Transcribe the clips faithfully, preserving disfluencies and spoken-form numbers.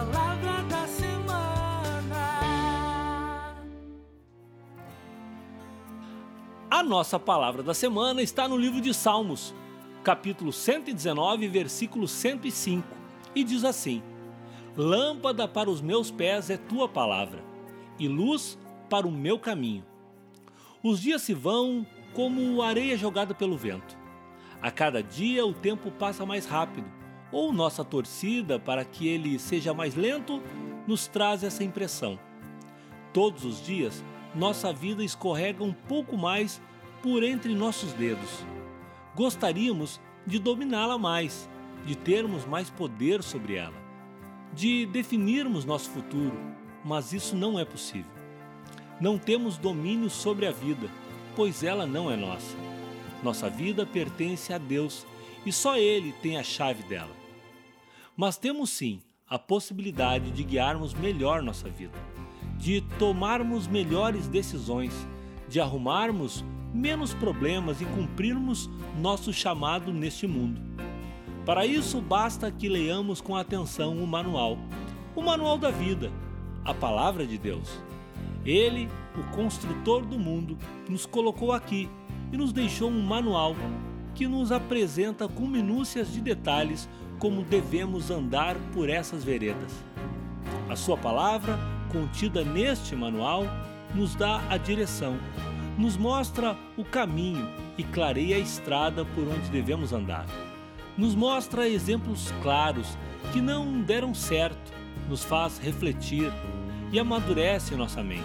palavra da semana. A nossa palavra da semana está no livro de Salmos, capítulo cento e dezenove, versículo cento e cinco, e diz assim: Lâmpada para os meus pés é tua palavra, e luz para o meu caminho. Os dias se vão como areia jogada pelo vento. A cada dia o tempo passa mais rápido, ou nossa torcida para que ele seja mais lento nos traz essa impressão. Todos os dias, nossa vida escorrega um pouco mais por entre nossos dedos. Gostaríamos de dominá-la mais, de termos mais poder sobre ela, de definirmos nosso futuro, mas isso não é possível. Não temos domínio sobre a vida, pois ela não é nossa. Nossa vida pertence a Deus e só Ele tem a chave dela. Mas temos sim a possibilidade de guiarmos melhor nossa vida, de tomarmos melhores decisões, de arrumarmos menos problemas e cumprirmos nosso chamado neste mundo. Para isso, basta que leiamos com atenção o manual, o manual da vida, a palavra de Deus. Ele, o construtor do mundo, nos colocou aqui e nos deixou um manual que nos apresenta com minúcias de detalhes como devemos andar por essas veredas. A sua palavra, contida neste manual, nos dá a direção, nos mostra o caminho e clareia a estrada por onde devemos andar. Nos mostra exemplos claros que não deram certo, nos faz refletir e amadurece nossa mente.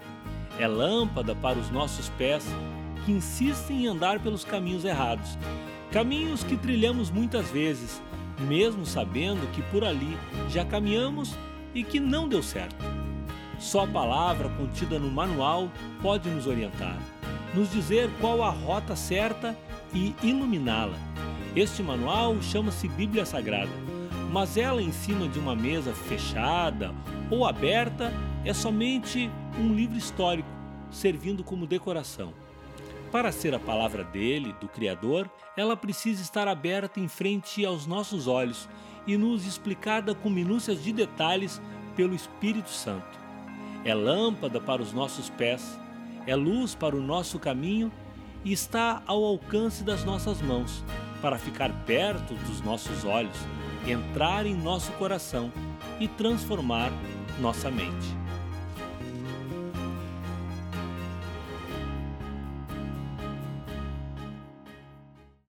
É lâmpada para os nossos pés que insistem em andar pelos caminhos errados, caminhos que trilhamos muitas vezes, mesmo sabendo que por ali já caminhamos e que não deu certo. Só a palavra contida no manual pode nos orientar, nos dizer qual a rota certa e iluminá-la. Este manual chama-se Bíblia Sagrada, mas ela em cima de uma mesa fechada ou aberta é somente um livro histórico, servindo como decoração. Para ser a palavra dele, do Criador, ela precisa estar aberta em frente aos nossos olhos e nos explicada com minúcias de detalhes pelo Espírito Santo. É lâmpada para os nossos pés, é luz para o nosso caminho e está ao alcance das nossas mãos, para ficar perto dos nossos olhos, entrar em nosso coração e transformar nossa mente.